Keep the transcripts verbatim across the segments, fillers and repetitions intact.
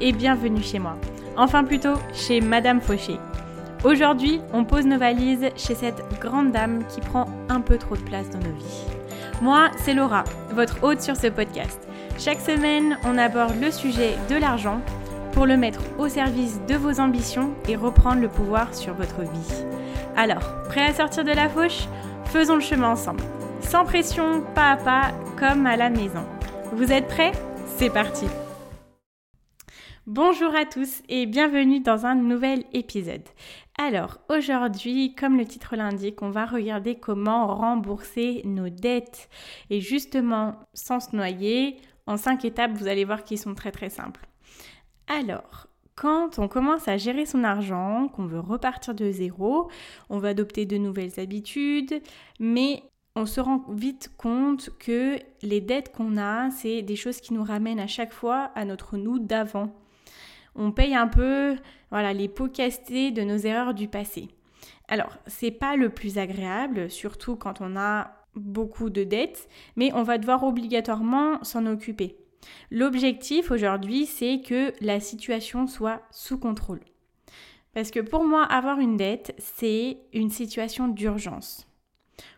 et bienvenue chez moi. Enfin plutôt chez Madame Fauché. Aujourd'hui, on pose nos valises chez cette grande dame qui prend un peu trop de place dans nos vies. Moi, c'est Laura, votre hôte sur ce podcast. Chaque semaine, on aborde le sujet de l'argent pour le mettre au service de vos ambitions et reprendre le pouvoir sur votre vie. Alors, prêt à sortir de la fauche ? Faisons le chemin ensemble. Sans pression, pas à pas, comme à la maison. Vous êtes prêts ? C'est parti ! Bonjour à tous et bienvenue dans un nouvel épisode. Alors aujourd'hui, comme le titre l'indique, on va regarder comment rembourser nos dettes. Et justement, sans se noyer, en cinq étapes, vous allez voir qu'ils sont très très simples. Alors, quand on commence à gérer son argent, qu'on veut repartir de zéro, on va adopter de nouvelles habitudes, mais on se rend vite compte que les dettes qu'on a, c'est des choses qui nous ramènent à chaque fois à notre nous d'avant. On paye un peu voilà, les pots cassés de nos erreurs du passé. Alors, c'est pas le plus agréable, surtout quand on a beaucoup de dettes, mais on va devoir obligatoirement s'en occuper. L'objectif aujourd'hui, c'est que la situation soit sous contrôle. Parce que pour moi, avoir une dette, c'est une situation d'urgence. Pourquoi ?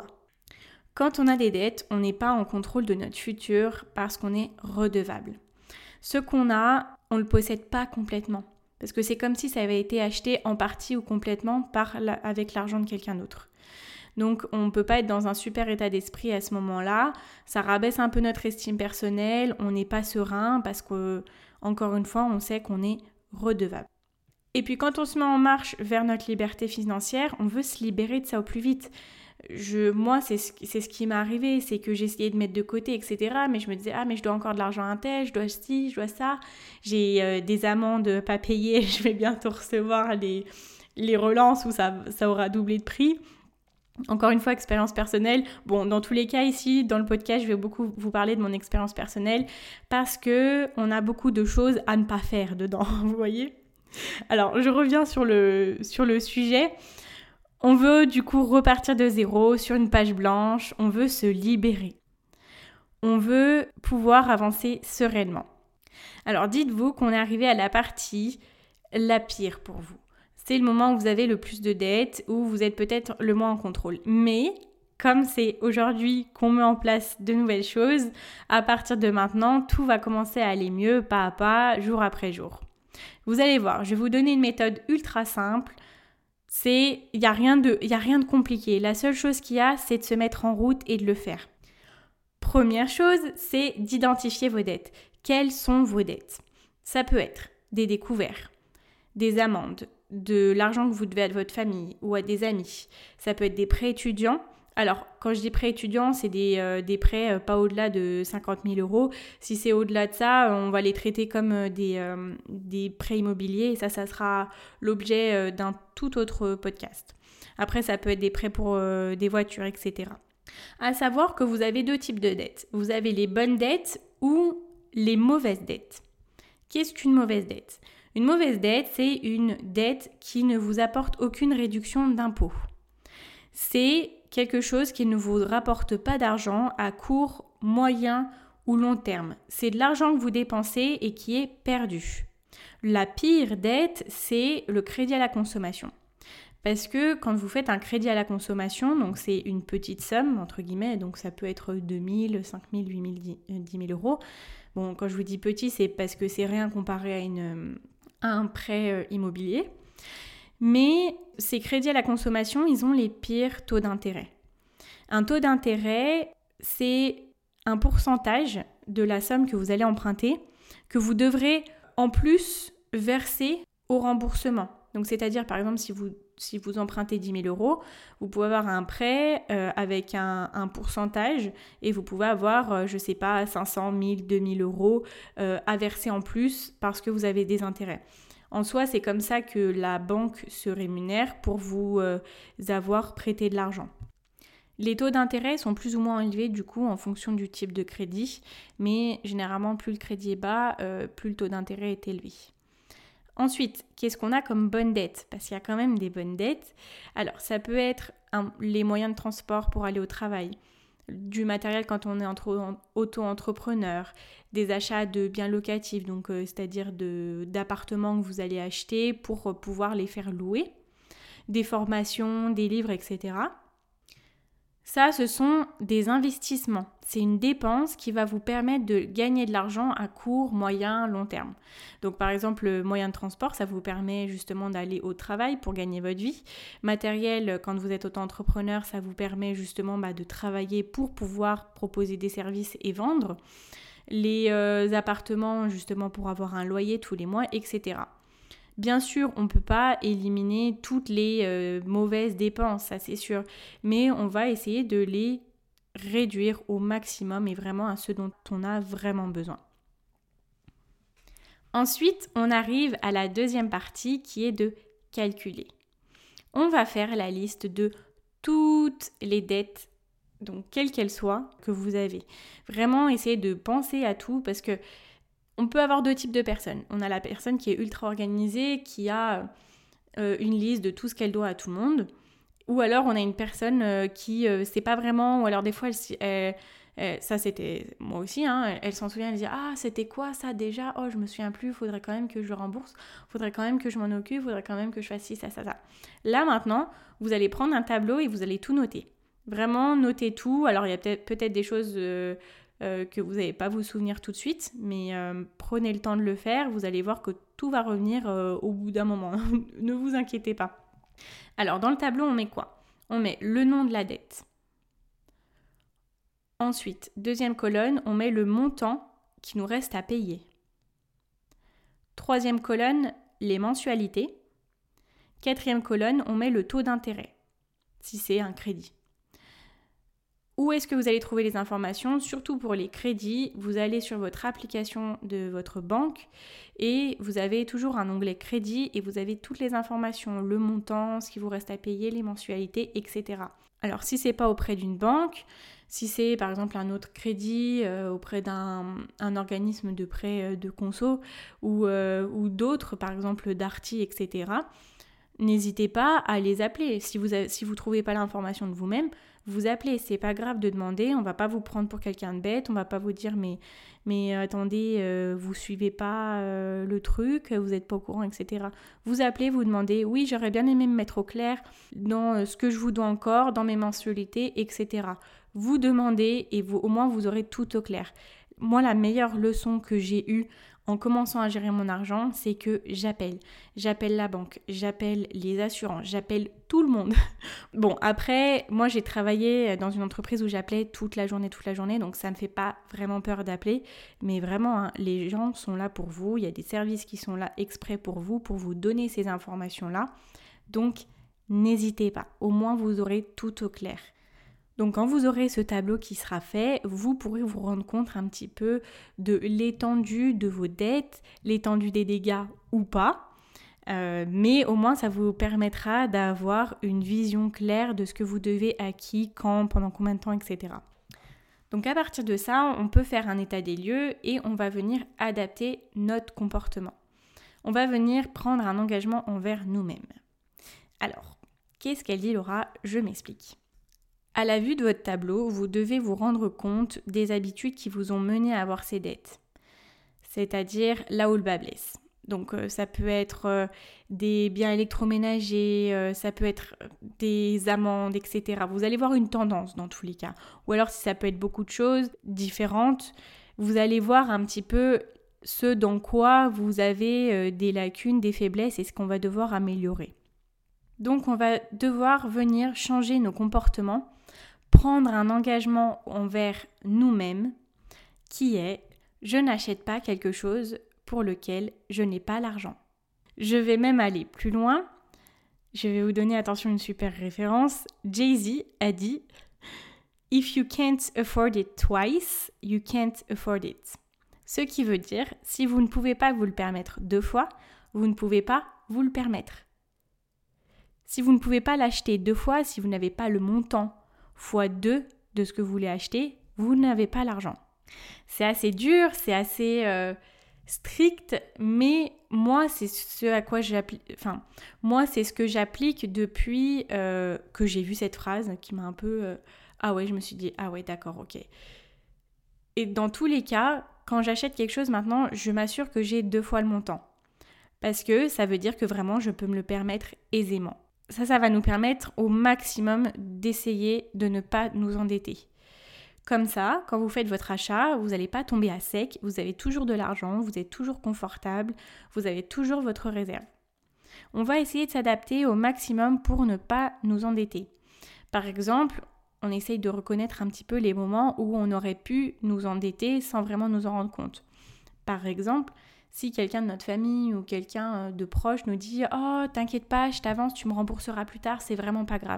Quand on a des dettes, on n'est pas en contrôle de notre futur parce qu'on est redevable. Ce qu'on a, on ne le possède pas complètement. Parce que c'est comme si ça avait été acheté en partie ou complètement par la, avec l'argent de quelqu'un d'autre. Donc on ne peut pas être dans un super état d'esprit à ce moment-là. Ça rabaisse un peu notre estime personnelle, on n'est pas serein parce que, encore une fois, on sait qu'on est redevable. Et puis quand on se met en marche vers notre liberté financière, on veut se libérer de ça au plus vite. Je, moi, c'est ce, c'est ce qui m'est arrivé, c'est que j'essayais de mettre de côté, et cetera. Mais je me disais, ah, mais je dois encore de l'argent à un tel, je dois ci, je dois ça. J'ai euh, des amendes pas payées, je vais bientôt recevoir les, les relances où ça, ça aura doublé de prix. Encore une fois, expérience personnelle. Bon, dans tous les cas, ici, dans le podcast, je vais beaucoup vous parler de mon expérience personnelle parce qu'on a beaucoup de choses à ne pas faire dedans, vous voyez ? Alors, je reviens sur le, sur le sujet. On veut du coup repartir de zéro sur une page blanche, on veut se libérer. On veut pouvoir avancer sereinement. Alors dites-vous qu'on est arrivé à la partie la pire pour vous. C'est le moment où vous avez le plus de dettes, où vous êtes peut-être le moins en contrôle. Mais comme c'est aujourd'hui qu'on met en place de nouvelles choses, à partir de maintenant, tout va commencer à aller mieux, pas à pas, jour après jour. Vous allez voir, je vais vous donner une méthode ultra simple. C'est, il n'y a rien de, il y a rien de compliqué. La seule chose qu'il y a, c'est de se mettre en route et de le faire. Première chose, c'est d'identifier vos dettes. Quelles sont vos dettes ? Ça peut être des découverts, des amendes, de l'argent que vous devez à votre famille ou à des amis. Ça peut être des prêts étudiants. Alors, quand je dis prêts étudiants, c'est des, euh, des prêts euh, pas au-delà de cinquante mille euros. Si c'est au-delà de ça, on va les traiter comme euh, des, euh, des prêts immobiliers. Et ça, ça sera l'objet euh, d'un tout autre podcast. Après, ça peut être des prêts pour euh, des voitures, et cetera. À savoir que vous avez deux types de dettes. Vous avez les bonnes dettes ou les mauvaises dettes. Qu'est-ce qu'une mauvaise dette ? Une mauvaise dette, c'est une dette qui ne vous apporte aucune réduction d'impôt. C'est quelque chose qui ne vous rapporte pas d'argent à court, moyen ou long terme. C'est de l'argent que vous dépensez et qui est perdu. La pire dette, c'est le crédit à la consommation. Parce que quand vous faites un crédit à la consommation, donc c'est une petite somme, entre guillemets, donc ça peut être deux mille, cinq mille, huit mille, dix mille euros. Bon, quand je vous dis petit, c'est parce que c'est rien comparé à, une, à un prêt immobilier. Mais ces crédits à la consommation, ils ont les pires taux d'intérêt. Un taux d'intérêt, c'est un pourcentage de la somme que vous allez emprunter que vous devrez en plus verser au remboursement. Donc, c'est-à-dire, par exemple, si vous, si vous empruntez dix mille euros, vous pouvez avoir un prêt euh, avec un, un pourcentage et vous pouvez avoir, euh, je ne sais pas, cinq cents, mille, deux mille euros euh, à verser en plus parce que vous avez des intérêts. En soi, c'est comme ça que la banque se rémunère pour vous euh, avoir prêté de l'argent. Les taux d'intérêt sont plus ou moins élevés du coup en fonction du type de crédit, mais généralement plus le crédit est bas, euh, plus le taux d'intérêt est élevé. Ensuite, qu'est-ce qu'on a comme bonne dette ? Parce qu'il y a quand même des bonnes dettes. Alors, ça peut être un, les moyens de transport pour aller au travail, du matériel quand on est entre, auto-entrepreneur, des achats de biens locatifs, donc euh, c'est-à-dire de, d'appartements que vous allez acheter pour euh, pouvoir les faire louer, des formations, des livres, et cetera. Ça, ce sont des investissements. C'est une dépense qui va vous permettre de gagner de l'argent à court, moyen, long terme. Donc par exemple, le moyen de transport, ça vous permet justement d'aller au travail pour gagner votre vie. Matériel, quand vous êtes auto-entrepreneur, ça vous permet justement bah, de travailler pour pouvoir proposer des services et vendre. Les euh, appartements, justement pour avoir un loyer tous les mois, et cetera. Bien sûr, on ne peut pas éliminer toutes les euh, mauvaises dépenses, ça c'est sûr, mais on va essayer de les réduire au maximum et vraiment à ce dont on a vraiment besoin. Ensuite, on arrive à la deuxième partie qui est de calculer. On va faire la liste de toutes les dettes, donc quelles qu'elles soient, que vous avez. Vraiment essayer de penser à tout parce que on peut avoir deux types de personnes. On a la personne qui est ultra organisée, qui a euh, une liste de tout ce qu'elle doit à tout le monde. Ou alors on a une personne euh, qui euh, sait pas vraiment, ou alors des fois, elle, elle, elle, ça c'était moi aussi, hein, elle, elle s'en souvient, elle dit « Ah, c'était quoi ça déjà ? Oh, je me souviens plus, il faudrait quand même que je le rembourse, il faudrait quand même que je m'en occupe, il faudrait quand même que je fasse ci, ça, ça, ça. » Là maintenant, vous allez prendre un tableau et vous allez tout noter. Vraiment noter tout. Alors il y a peut-être, peut-être des choses... Euh, Euh, que vous n'allez pas vous souvenir tout de suite, mais euh, prenez le temps de le faire, vous allez voir que tout va revenir euh, au bout d'un moment, ne vous inquiétez pas. Alors dans le tableau on met quoi ? On met le nom de la dette. Ensuite, deuxième colonne, on met le montant qui nous reste à payer. Troisième colonne, les mensualités. Quatrième colonne, on met le taux d'intérêt, si c'est un crédit. Où est-ce que vous allez trouver les informations ? Surtout pour les crédits, vous allez sur votre application de votre banque et vous avez toujours un onglet crédit et vous avez toutes les informations, le montant, ce qui vous reste à payer, les mensualités, et cetera. Alors si c'est pas auprès d'une banque, si c'est par exemple un autre crédit euh, auprès d'un un organisme de prêt de conso ou, euh, ou d'autres, par exemple Darty, et cetera, n'hésitez pas à les appeler. Si vous ne si vous trouvez pas l'information de vous-même, vous appelez. C'est pas grave de demander. On va pas vous prendre pour quelqu'un de bête. On va pas vous dire mais, mais euh, attendez, euh, vous suivez pas euh, le truc, vous n'êtes pas au courant, et cetera. Vous appelez, vous demandez oui, j'aurais bien aimé me mettre au clair dans euh, ce que je vous dois encore, dans mes mensualités, et cetera. Vous demandez et vous, au moins vous aurez tout au clair. Moi, la meilleure leçon que j'ai eue en commençant à gérer mon argent, c'est que j'appelle. J'appelle la banque, j'appelle les assurances, j'appelle tout le monde. Bon, après, moi j'ai travaillé dans une entreprise où j'appelais toute la journée, toute la journée, donc ça ne me fait pas vraiment peur d'appeler. Mais vraiment, hein, les gens sont là pour vous, il y a des services qui sont là exprès pour vous, pour vous donner ces informations-là. Donc, n'hésitez pas, au moins vous aurez tout au clair. Donc quand vous aurez ce tableau qui sera fait, vous pourrez vous rendre compte un petit peu de l'étendue de vos dettes, l'étendue des dégâts ou pas, euh, mais au moins ça vous permettra d'avoir une vision claire de ce que vous devez à qui, quand, pendant combien de temps, et cetera. Donc à partir de ça, on peut faire un état des lieux et on va venir adapter notre comportement. On va venir prendre un engagement envers nous-mêmes. Alors, qu'est-ce qu'elle dit Laura ? Je m'explique. À la vue de votre tableau, vous devez vous rendre compte des habitudes qui vous ont mené à avoir ces dettes. C'est-à-dire là où le bas blesse. Donc euh, ça peut être euh, des biens électroménagers, euh, ça peut être des amendes, et cetera. Vous allez voir une tendance dans tous les cas. Ou alors si ça peut être beaucoup de choses différentes, vous allez voir un petit peu ce dans quoi vous avez euh, des lacunes, des faiblesses et ce qu'on va devoir améliorer. Donc on va devoir venir changer nos comportements, prendre un engagement envers nous-mêmes qui est « je n'achète pas quelque chose pour lequel je n'ai pas l'argent ». Je vais même aller plus loin, je vais vous donner, attention, une super référence. Jay-Z a dit « If you can't afford it twice, you can't afford it ». Ce qui veut dire, si vous ne pouvez pas vous le permettre deux fois, vous ne pouvez pas vous le permettre. Si vous ne pouvez pas l'acheter deux fois, si vous n'avez pas le montant fois deux de ce que vous voulez acheter, vous n'avez pas l'argent. C'est assez dur, c'est assez euh, strict, mais moi c'est ce à quoi j'applique. Enfin, moi c'est ce que j'applique depuis euh, que j'ai vu cette phrase qui m'a un peu euh, Ah ouais, je me suis dit, ah ouais, d'accord, ok. Et dans tous les cas, quand j'achète quelque chose maintenant, je m'assure que j'ai deux fois le montant. Parce que ça veut dire que vraiment, je peux me le permettre aisément. Ça, ça va nous permettre au maximum d'essayer de ne pas nous endetter. Comme ça, quand vous faites votre achat, vous n'allez pas tomber à sec, vous avez toujours de l'argent, vous êtes toujours confortable, vous avez toujours votre réserve. On va essayer de s'adapter au maximum pour ne pas nous endetter. Par exemple, on essaye de reconnaître un petit peu les moments où on aurait pu nous endetter sans vraiment nous en rendre compte. Par exemple, si quelqu'un de notre famille ou quelqu'un de proche nous dit « Oh, t'inquiète pas, je t'avance, tu me rembourseras plus tard, c'est vraiment pas grave ».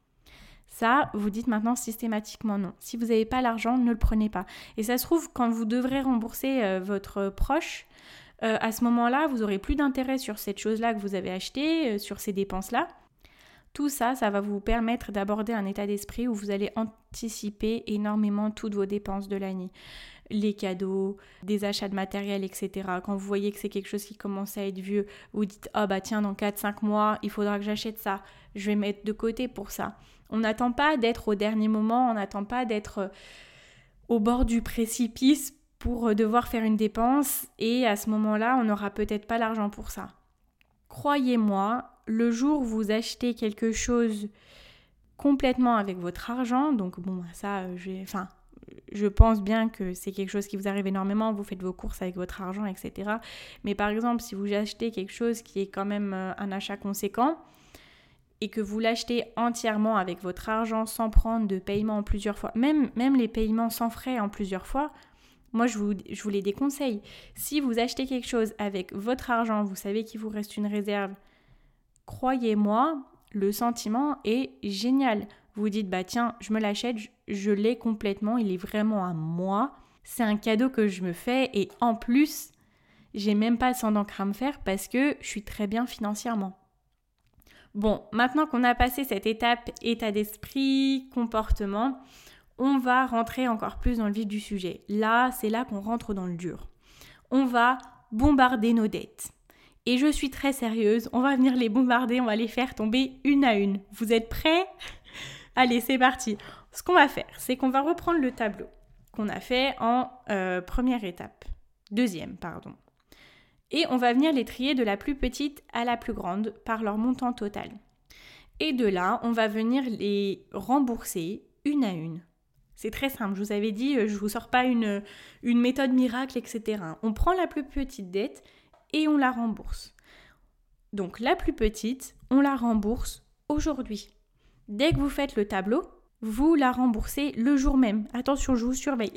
Ça, vous dites maintenant systématiquement non. Si vous n'avez pas l'argent, ne le prenez pas. Et ça se trouve, quand vous devrez rembourser euh, votre proche, euh, à ce moment-là, vous n'aurez plus d'intérêt sur cette chose-là que vous avez achetée, euh, sur ces dépenses-là. Tout ça, ça va vous permettre d'aborder un état d'esprit où vous allez anticiper énormément toutes vos dépenses de l'année. Les cadeaux, des achats de matériel, et cetera. Quand vous voyez que c'est quelque chose qui commence à être vieux, vous dites « Ah oh bah tiens, dans quatre cinq mois, il faudra que j'achète ça. Je vais mettre de côté pour ça. » On n'attend pas d'être au dernier moment, on n'attend pas d'être au bord du précipice pour devoir faire une dépense et à ce moment-là, on n'aura peut-être pas l'argent pour ça. Croyez-moi, le jour où vous achetez quelque chose complètement avec votre argent, donc bon, ça, j'ai, enfin, je pense bien que c'est quelque chose qui vous arrive énormément, vous faites vos courses avec votre argent, et cetera. Mais par exemple, si vous achetez quelque chose qui est quand même un achat conséquent, et que vous l'achetez entièrement avec votre argent sans prendre de paiement en plusieurs fois, même, même les paiements sans frais en plusieurs fois, moi je vous, je vous les déconseille. Si vous achetez quelque chose avec votre argent, vous savez qu'il vous reste une réserve, croyez-moi, le sentiment est génial. Vous vous dites, bah tiens, je me l'achète, je, je l'ai complètement, il est vraiment à moi, c'est un cadeau que je me fais et en plus, j'ai même pas cent d'encre à me faire parce que je suis très bien financièrement. Bon, maintenant qu'on a passé cette étape état d'esprit, comportement, on va rentrer encore plus dans le vif du sujet. Là, c'est là qu'on rentre dans le dur. On va bombarder nos dettes. Et je suis très sérieuse, on va venir les bombarder, on va les faire tomber une à une. Vous êtes prêts ? Allez, c'est parti. Ce qu'on va faire, c'est qu'on va reprendre le tableau qu'on a fait en euh, première étape. Deuxième, pardon. Et on va venir les trier de la plus petite à la plus grande par leur montant total. Et de là, on va venir les rembourser une à une. C'est très simple, je vous avais dit, je ne vous sors pas une, une méthode miracle, et cetera. On prend la plus petite dette et on la rembourse. Donc la plus petite, on la rembourse aujourd'hui. Dès que vous faites le tableau, vous la remboursez le jour même. Attention, je vous surveille.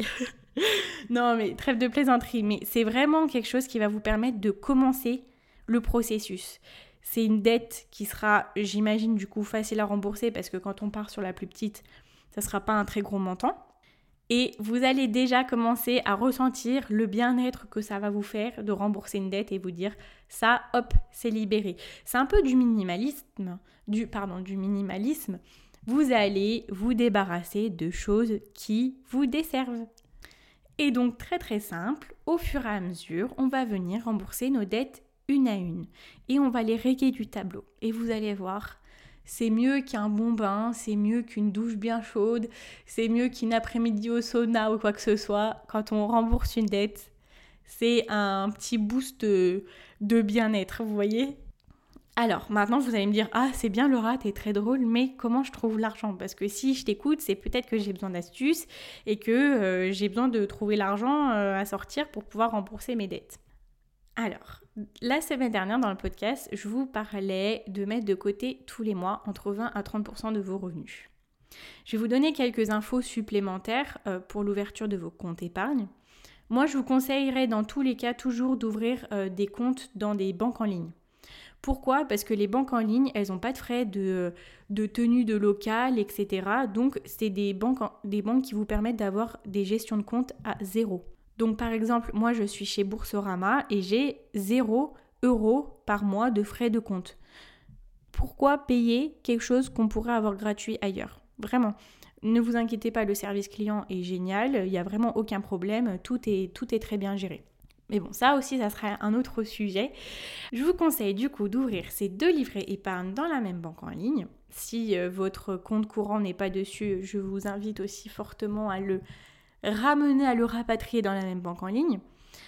Non, mais trêve de plaisanterie, mais c'est vraiment quelque chose qui va vous permettre de commencer le processus. C'est une dette qui sera, j'imagine, du coup, facile à rembourser parce que quand on part sur la plus petite, ça ne sera pas un très gros montant. Et vous allez déjà commencer à ressentir le bien-être que ça va vous faire de rembourser une dette et vous dire ça, hop, c'est libéré. C'est un peu du minimalisme, du, pardon, du minimalisme. Vous allez vous débarrasser de choses qui vous desservent. Et donc très très simple, au fur et à mesure, on va venir rembourser nos dettes une à une. Et on va les rayer du tableau. Et vous allez voir, c'est mieux qu'un bon bain, c'est mieux qu'une douche bien chaude, c'est mieux qu'une après-midi au sauna ou quoi que ce soit. Quand on rembourse une dette, c'est un petit boost de, de bien-être, vous voyez ? Alors, maintenant, vous allez me dire « Ah, c'est bien Laura, t'es très drôle, mais comment je trouve l'argent ?» Parce que si je t'écoute, c'est peut-être que j'ai besoin d'astuces et que euh, j'ai besoin de trouver l'argent euh, à sortir pour pouvoir rembourser mes dettes. Alors, la semaine dernière, dans le podcast, je vous parlais de mettre de côté tous les mois entre vingt à trente pour cent de vos revenus. Je vais vous donner quelques infos supplémentaires euh, pour l'ouverture de vos comptes épargne. Moi, je vous conseillerais dans tous les cas toujours d'ouvrir euh, des comptes dans des banques en ligne. Pourquoi ? Parce que les banques en ligne, elles n'ont pas de frais de, de tenue de local, et cetera. Donc, c'est des banques, des banques qui vous permettent d'avoir des gestions de compte à zéro. Donc, par exemple, moi, je suis chez Boursorama et j'ai zéro euro par mois de frais de compte. Pourquoi payer quelque chose qu'on pourrait avoir gratuit ailleurs ? Vraiment. Ne vous inquiétez pas, le service client est génial. Il n'y a vraiment aucun problème. Tout est, tout est très bien géré. Mais bon, ça aussi, ça sera un autre sujet. Je vous conseille du coup d'ouvrir ces deux livrets épargne dans la même banque en ligne. Si euh, votre compte courant n'est pas dessus, je vous invite aussi fortement à le ramener, à le rapatrier dans la même banque en ligne.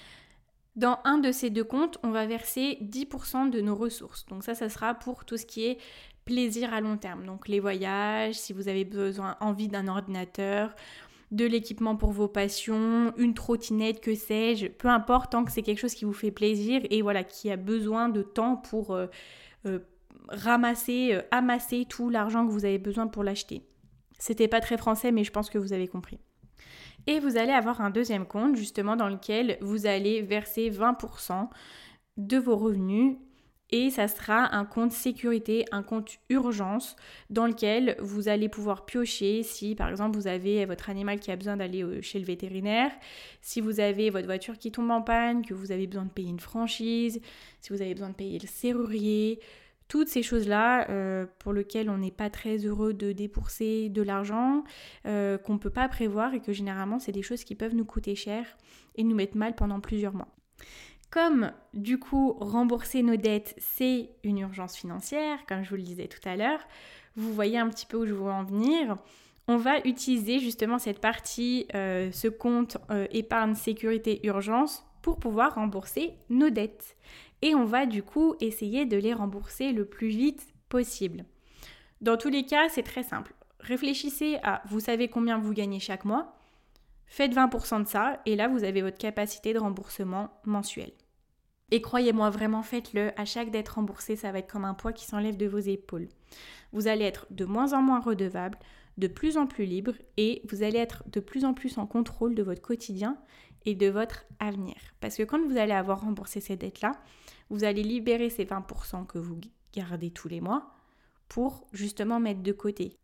Dans un de ces deux comptes, on va verser dix pour cent de nos ressources. Donc ça, ça sera pour tout ce qui est plaisir à long terme. Donc les voyages, si vous avez besoin, envie d'un ordinateur, de l'équipement pour vos passions, une trottinette, que sais-je, peu importe, tant que c'est quelque chose qui vous fait plaisir et voilà, qui a besoin de temps pour euh, euh, ramasser, euh, amasser tout l'argent que vous avez besoin pour l'acheter. C'était pas très français, mais je pense que vous avez compris. Et vous allez avoir un deuxième compte, justement, dans lequel vous allez verser vingt pour cent de vos revenus. Et ça sera un compte sécurité, un compte urgence, dans lequel vous allez pouvoir piocher si, par exemple, vous avez votre animal qui a besoin d'aller chez le vétérinaire, si vous avez votre voiture qui tombe en panne, que vous avez besoin de payer une franchise, si vous avez besoin de payer le serrurier. Toutes ces choses-là euh, pour lesquelles on n'est pas très heureux de débourser de l'argent, euh, qu'on ne peut pas prévoir et que généralement, c'est des choses qui peuvent nous coûter cher et nous mettre mal pendant plusieurs mois. Comme du coup, rembourser nos dettes, c'est une urgence financière, comme je vous le disais tout à l'heure, vous voyez un petit peu où je veux en venir. On va utiliser justement cette partie, euh, ce compte euh, épargne sécurité urgence pour pouvoir rembourser nos dettes. Et on va du coup essayer de les rembourser le plus vite possible. Dans tous les cas, c'est très simple. Réfléchissez à, vous savez combien vous gagnez chaque mois, faites vingt pour cent de ça et là vous avez votre capacité de remboursement mensuel. Et croyez-moi, vraiment faites-le, à chaque dette remboursée, ça va être comme un poids qui s'enlève de vos épaules. Vous allez être de moins en moins redevable, de plus en plus libre et vous allez être de plus en plus en contrôle de votre quotidien et de votre avenir. Parce que quand vous allez avoir remboursé ces dettes-là, vous allez libérer ces vingt pour cent que vous gardez tous les mois pour justement mettre de côté.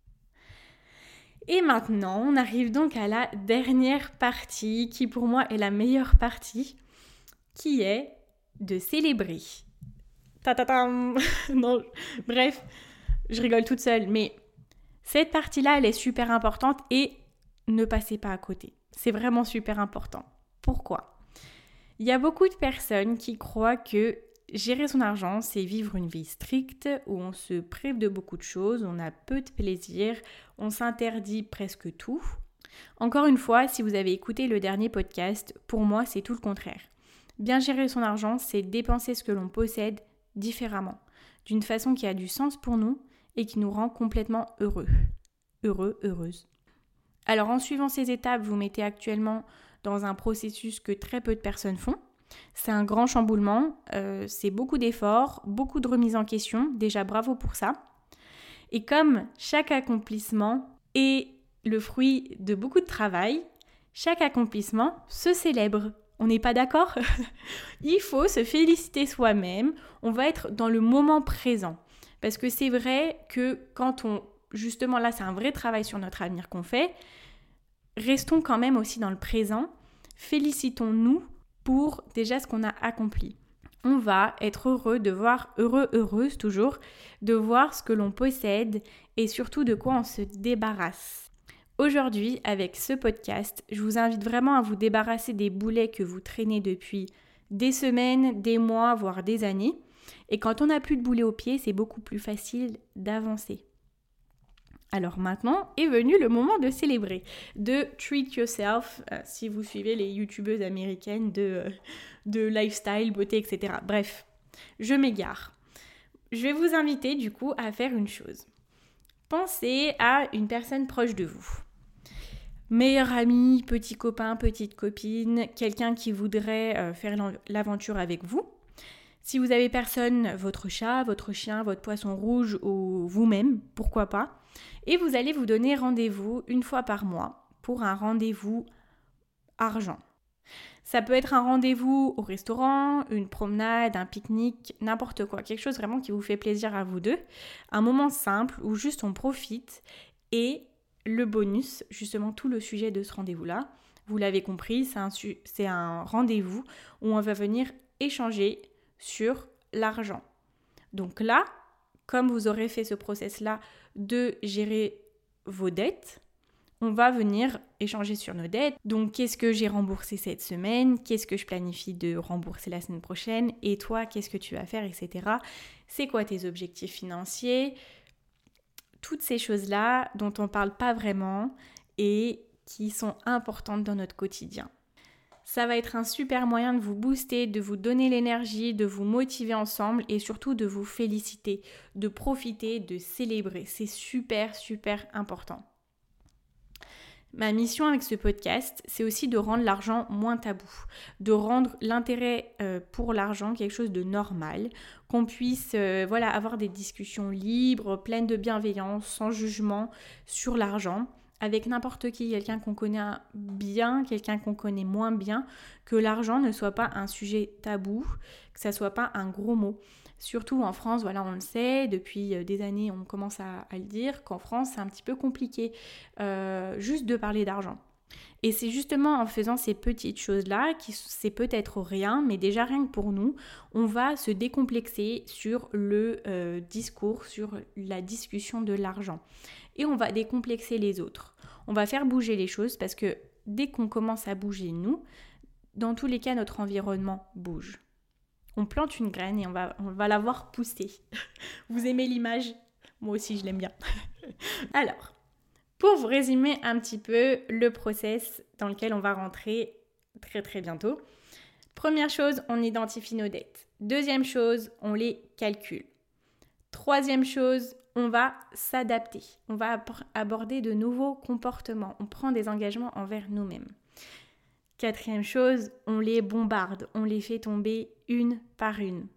Et maintenant, on arrive donc à la dernière partie qui pour moi est la meilleure partie, qui est de célébrer. Ta-ta-tam Non, bref, je rigole toute seule, mais cette partie-là, elle est super importante et ne passez pas à côté. C'est vraiment super important. Pourquoi ? Il y a beaucoup de personnes qui croient que gérer son argent, c'est vivre une vie stricte où on se prive de beaucoup de choses, on a peu de plaisir, on s'interdit presque tout. Encore une fois, si vous avez écouté le dernier podcast, pour moi, c'est tout le contraire. Bien gérer son argent, c'est dépenser ce que l'on possède différemment, d'une façon qui a du sens pour nous et qui nous rend complètement heureux. Heureux, heureuse. Alors en suivant ces étapes, vous mettez actuellement dans un processus que très peu de personnes font. C'est un grand chamboulement, euh, c'est beaucoup d'efforts, beaucoup de remises en question, déjà bravo pour ça. Et comme chaque accomplissement est le fruit de beaucoup de travail, chaque accomplissement se célèbre. On n'est pas d'accord ? Il faut se féliciter soi-même, on va être dans le moment présent. Parce que c'est vrai que quand on... Justement là, c'est un vrai travail sur notre avenir qu'on fait. Restons quand même aussi dans le présent. Félicitons-nous pour déjà ce qu'on a accompli. On va être heureux de voir, heureux, heureuse toujours, de voir ce que l'on possède et surtout de quoi on se débarrasse. Aujourd'hui, avec ce podcast, je vous invite vraiment à vous débarrasser des boulets que vous traînez depuis des semaines, des mois, voire des années. Et quand on n'a plus de boulets aux pieds, c'est beaucoup plus facile d'avancer. Alors maintenant est venu le moment de célébrer, de treat yourself, euh, si vous suivez les youtubeuses américaines de, euh, de lifestyle, beauté, et cetera. Bref, je m'égare. Je vais vous inviter du coup à faire une chose. Pensez à une personne proche de vous. Meilleur ami, petit copain, petite copine, quelqu'un qui voudrait euh, faire l'aventure avec vous. Si vous avez personne, votre chat, votre chien, votre poisson rouge ou vous-même, pourquoi pas. Et vous allez vous donner rendez-vous une fois par mois pour un rendez-vous argent. Ça peut être un rendez-vous au restaurant, une promenade, un pique-nique, n'importe quoi. Quelque chose vraiment qui vous fait plaisir à vous deux. Un moment simple où juste on profite. Et le bonus, justement tout le sujet de ce rendez-vous-là, vous l'avez compris, c'est un, su- c'est un rendez-vous où on va venir échanger sur l'argent. Donc là, comme vous aurez fait ce process-là de gérer vos dettes, on va venir échanger sur nos dettes. Donc, qu'est-ce que j'ai remboursé cette semaine ? Qu'est-ce que je planifie de rembourser la semaine prochaine ? Et toi, qu'est-ce que tu vas faire, et cetera. C'est quoi tes objectifs financiers ? toutes ces choses-là dont on ne parle pas vraiment et qui sont importantes dans notre quotidien. Ça va être un super moyen de vous booster, de vous donner l'énergie, de vous motiver ensemble et surtout de vous féliciter, de profiter, de célébrer. C'est super, super important. Ma mission avec ce podcast, c'est aussi de rendre l'argent moins tabou, de rendre l'intérêt euh, pour l'argent quelque chose de normal, qu'on puisse euh, voilà, avoir des discussions libres, pleines de bienveillance, sans jugement sur l'argent, avec n'importe qui, quelqu'un qu'on connaît bien, quelqu'un qu'on connaît moins bien, que l'argent ne soit pas un sujet tabou, que ça ne soit pas un gros mot. Surtout en France, voilà, on le sait, depuis des années, on commence à, à le dire, qu'en France, c'est un petit peu compliqué euh, juste de parler d'argent. Et c'est justement en faisant ces petites choses-là, qui c'est peut-être rien, mais déjà rien que pour nous, on va se décomplexer sur le euh, discours, sur la discussion de l'argent. Et on va décomplexer les autres. On va faire bouger les choses parce que dès qu'on commence à bouger nous, dans tous les cas, notre environnement bouge. On plante une graine et on va, on va la voir pousser. Vous aimez l'image ? Moi aussi, je l'aime bien. Alors, pour vous résumer un petit peu le process dans lequel on va rentrer très très bientôt. Première chose, on identifie nos dettes. Deuxième chose, on les calcule. Troisième chose, on va s'adapter. On va aborder de nouveaux comportements. On prend des engagements envers nous-mêmes. Quatrième chose, on les bombarde, on les fait tomber une par une.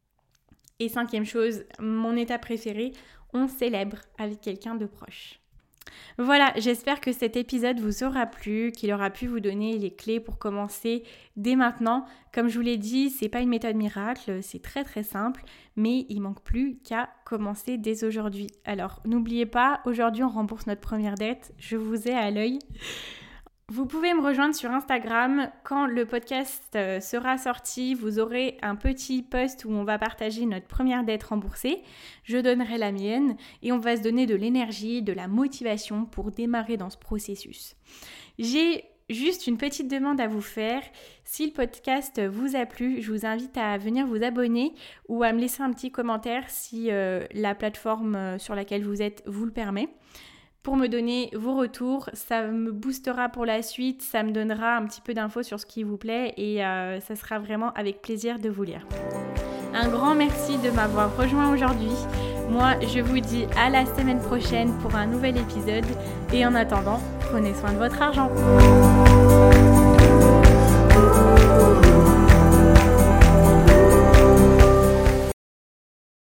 Et cinquième chose, mon étape préférée, on célèbre avec quelqu'un de proche. Voilà, j'espère que cet épisode vous aura plu, qu'il aura pu vous donner les clés pour commencer dès maintenant. Comme je vous l'ai dit, c'est pas une méthode miracle, c'est très très simple, mais il manque plus qu'à commencer dès aujourd'hui. Alors, n'oubliez pas, aujourd'hui on rembourse notre première dette, je vous ai à l'œil. Vous pouvez me rejoindre sur Instagram. Quand le podcast sera sorti, vous aurez un petit post où on va partager notre première dette remboursée. Je donnerai la mienne et on va se donner de l'énergie, de la motivation pour démarrer dans ce processus. J'ai juste une petite demande à vous faire. Si le podcast vous a plu, je vous invite à venir vous abonner ou à me laisser un petit commentaire si euh, la plateforme sur laquelle vous êtes vous le permet. Pour me donner vos retours, ça me boostera pour la suite, ça me donnera un petit peu d'infos sur ce qui vous plaît et euh, ça sera vraiment avec plaisir de vous lire. Un grand merci de m'avoir rejoint aujourd'hui. Moi, je vous dis à la semaine prochaine pour un nouvel épisode et en attendant, prenez soin de votre argent.